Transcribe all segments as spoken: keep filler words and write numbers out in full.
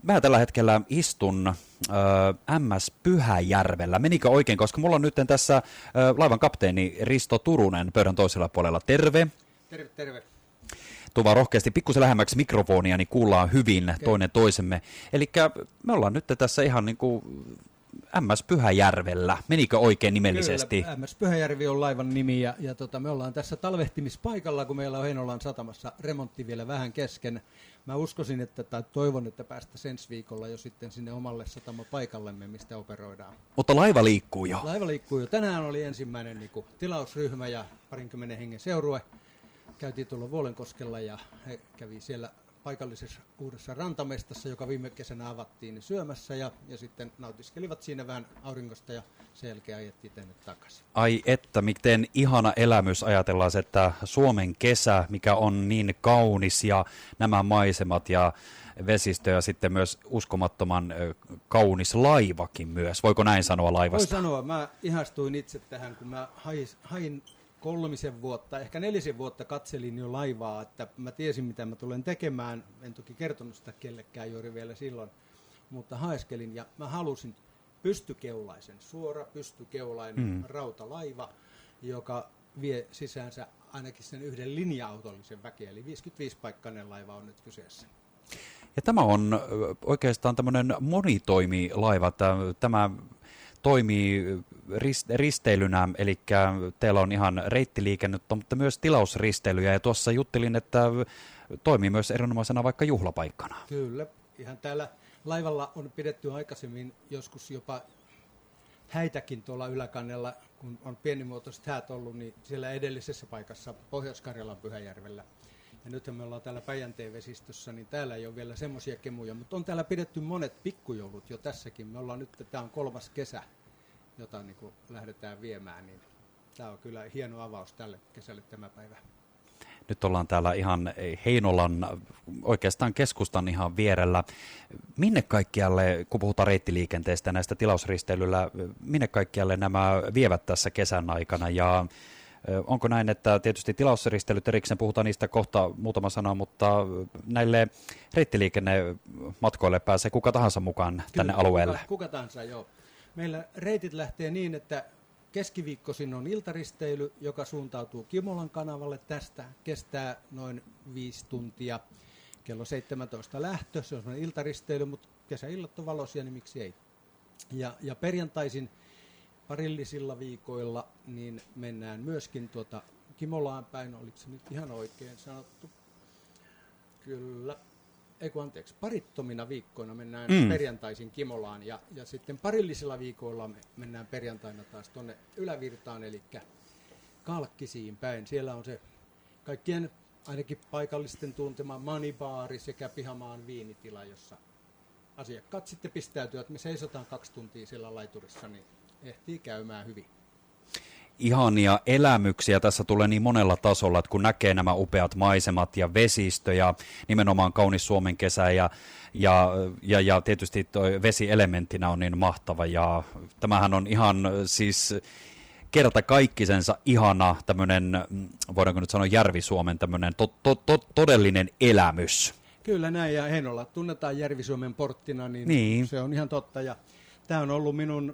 Mä tällä hetkellä istun äh, M S Pyhäjärvellä. Menikö oikein, koska mulla on nyt tässä äh, laivan kapteeni Risto Turunen pöydän toisella puolella. Terve. Terve, terve. Tuu vaan rohkeasti pikkusen lähemmäksi mikrofonia, niin kuullaan hyvin okay. toinen toisemme. Eli me ollaan nyt tässä ihan niin kuin M S Pyhäjärvellä. Menikö oikein nimellisesti? Kyllä, M S Pyhäjärvi on laivan nimi ja, ja tota, me ollaan tässä talvehtimispaikalla, kun meillä on Heinolan satamassa remontti vielä vähän kesken. Mä uskoisin, että, tai toivon, että päästä ensi viikolla jo sitten sinne omalle satamapaikallemme, mistä operoidaan. Mutta laiva liikkuu jo. Laiva liikkuu jo. Tänään oli ensimmäinen niin kuin, tilausryhmä ja parinkymmenen hengen seurue. Käytiin tuolla Vuolenkoskella ja he kävi siellä paikallisessa uudessa rantamestassa, joka viime kesänä avattiin, niin syömässä ja, ja sitten nautiskelivat siinä vähän aurinkosta ja sen jälkeen ajettiin tänne takaisin. Ai että, miten ihana elämys ajatellaan, että Suomen kesä, mikä on niin kaunis ja nämä maisemat ja vesistö ja sitten myös uskomattoman kaunis laivakin myös. Voiko näin sanoa laivasta? Voi sanoa, mä ihastuin itse tähän, kun mä hain, hain kolmisen vuotta, ehkä nelisen vuotta katselin jo laivaa, että mä tiesin mitä mä tulen tekemään. En toki kertonut sitä kellekään juuri vielä silloin, mutta haeskelin ja mä halusin pystykeulaisen, suora pystykeulainen mm. rautalaiva, joka vie sisäänsä ainakin sen yhden linja-autollisen väkeä, eli viisikymmentäviisipaikkainen laiva on nyt kyseessä. Ja tämä on oikeastaan tämmöinen monitoimilaiva, tämä toimii risteilynä, eli teillä on ihan reittiliikennettä, mutta myös tilausristeilyjä, ja tuossa juttelin, että toimii myös erinomaisena vaikka juhlapaikkana. Kyllä, ihan täällä laivalla on pidetty aikaisemmin joskus jopa häitäkin tuolla yläkannella, kun on pienimuotoiset häät ollut, niin siellä edellisessä paikassa Pohjois-Karjalan Pyhäjärvellä. Ja nythän me ollaan täällä Päijänteen vesistössä, niin täällä ei ole vielä semmoisia kemuja, mutta on täällä pidetty monet pikkujoulut jo tässäkin. Me ollaan nyt, tämä on kolmas kesä, jota niin kuin lähdetään viemään, niin tämä on kyllä hieno avaus tälle kesälle tämä päivä. Nyt ollaan täällä ihan Heinolan, oikeastaan keskustan ihan vierellä. Minne kaikkialle, kun puhutaan reittiliikenteestä näistä tilausristeilyllä, minne kaikkialle nämä vievät tässä kesän aikana ja onko näin, että tietysti tilausristeilyt erikseen puhutaan niistä kohta muutama sana, mutta näille reittiliikennematkoille pääsee kuka tahansa mukaan Kyllä, tänne alueelle? Kuka, kuka tahansa, joo. Meillä reitit lähtee niin, että keskiviikkoisin on iltaristeily, joka suuntautuu Kimolan kanavalle tästä. Kestää noin viisi tuntia. Kello seitsemäntoista lähtö, se on sellainen iltaristeily, mutta kesäillat on valoisia, niin miksi ei. Ja, ja perjantaisin parillisilla viikoilla niin mennään myöskin tuota Kimolaan päin, oliko se nyt ihan oikein sanottu? Kyllä. Eiku anteeksi, parittomina viikkoina mennään mm. perjantaisin Kimolaan ja, ja sitten parillisilla viikoilla me mennään perjantaina taas tuonne Ylävirtaan, eli Kalkkisiin päin. Siellä on se kaikkien ainakin paikallisten tuntema manibaari sekä Pihamaan viinitila, jossa asiakkaat sitten pistäytyvät. Me seisotaan kaksi tuntia siellä laiturissa, niin ehtii käymään hyvin. Ihania elämyksiä tässä tulee niin monella tasolla, että kun näkee nämä upeat maisemat ja vesistö ja nimenomaan kaunis Suomen kesä ja, ja, ja, ja tietysti tuo vesielementtinä on niin mahtava ja tämähän on ihan siis kerta kaikkisensa ihana tämmöinen, voidaanko nyt sanoa Järvi-Suomen tämmöinen to, to, to, todellinen elämys. Kyllä näin ja Heinola tunnetaan Järvi-Suomen porttina, niin, niin se on ihan totta ja tämä on ollut minun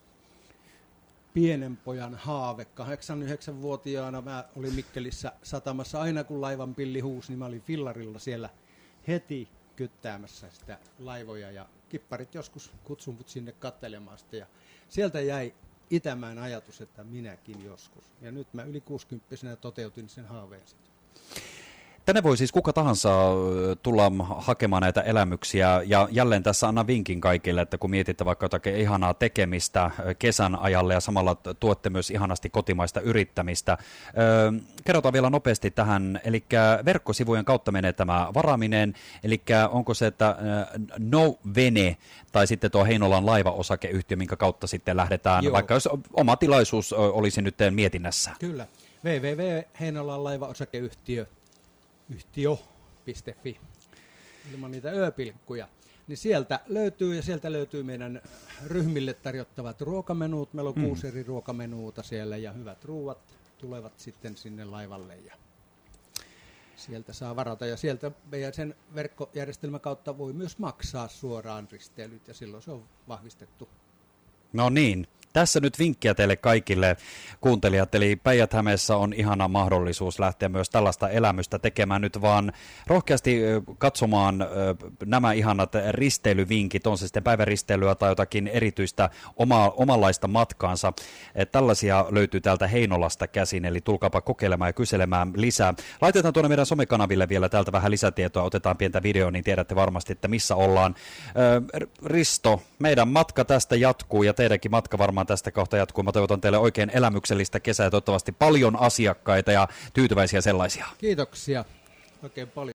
pienen pojan haave. kahdeksan-yhdeksänvuotiaana mä olin Mikkelissä satamassa. Aina kun laivan pilli huusi, niin mä olin fillarilla siellä heti kyttäämässä sitä laivoja. Ja kipparit joskus kutsun mut sinne katselemaan sitä. Ja sieltä jäi itämään ajatus, että minäkin joskus. Ja nyt mä yli kuusikymppisenä toteutin sen haaveen sitten. Tänne voi siis kuka tahansa tulla hakemaan näitä elämyksiä ja jälleen tässä annan vinkin kaikille, että kun mietitte vaikka jotakin ihanaa tekemistä kesän ajalle ja samalla tuotte myös ihanasti kotimaista yrittämistä. Öö, kerrotaan vielä nopeasti tähän, eli verkkosivujen kautta menee tämä varaaminen, eli onko se, että No Vene tai sitten tuo Heinolan laivaosakeyhtiö, minkä kautta sitten lähdetään, Joo. vaikka jos oma tilaisuus olisi nyt mietinnässä. Kyllä, double-u double-u double-u piste Heinolan laivaosakeyhtiö. yhtiö piste fi, ilman niitä ö-pilkkuja, niin sieltä löytyy ja sieltä löytyy meidän ryhmille tarjottavat ruokamenuut. Meillä on mm. kuusi eri ruokamenuuta siellä ja hyvät ruuat tulevat sitten sinne laivalle ja sieltä saa varata ja sieltä meidän sen verkkojärjestelmän kautta voi myös maksaa suoraan risteilyt ja silloin se on vahvistettu. No niin. Tässä nyt vinkkiä teille kaikille kuuntelijat, eli Päijät-Hämeessä on ihana mahdollisuus lähteä myös tällaista elämystä tekemään nyt vaan rohkeasti katsomaan nämä ihanat risteilyvinkit, on se sitten päiväristeilyä tai jotakin erityistä oma, omanlaista matkaansa. Tällaisia löytyy täältä Heinolasta käsin, eli tulkaapa kokeilemaan ja kyselemään lisää. Laitetaan tuonne meidän somekanaville vielä täältä vähän lisätietoa, otetaan pientä videoa, niin tiedätte varmasti, että missä ollaan. Risto, meidän matka tästä jatkuu ja teidänkin matka varmaan tästä kohta jatkuu. Mä toivotan teille oikein elämyksellistä kesää ja toivottavasti paljon asiakkaita ja tyytyväisiä sellaisia. Kiitoksia oikein paljon.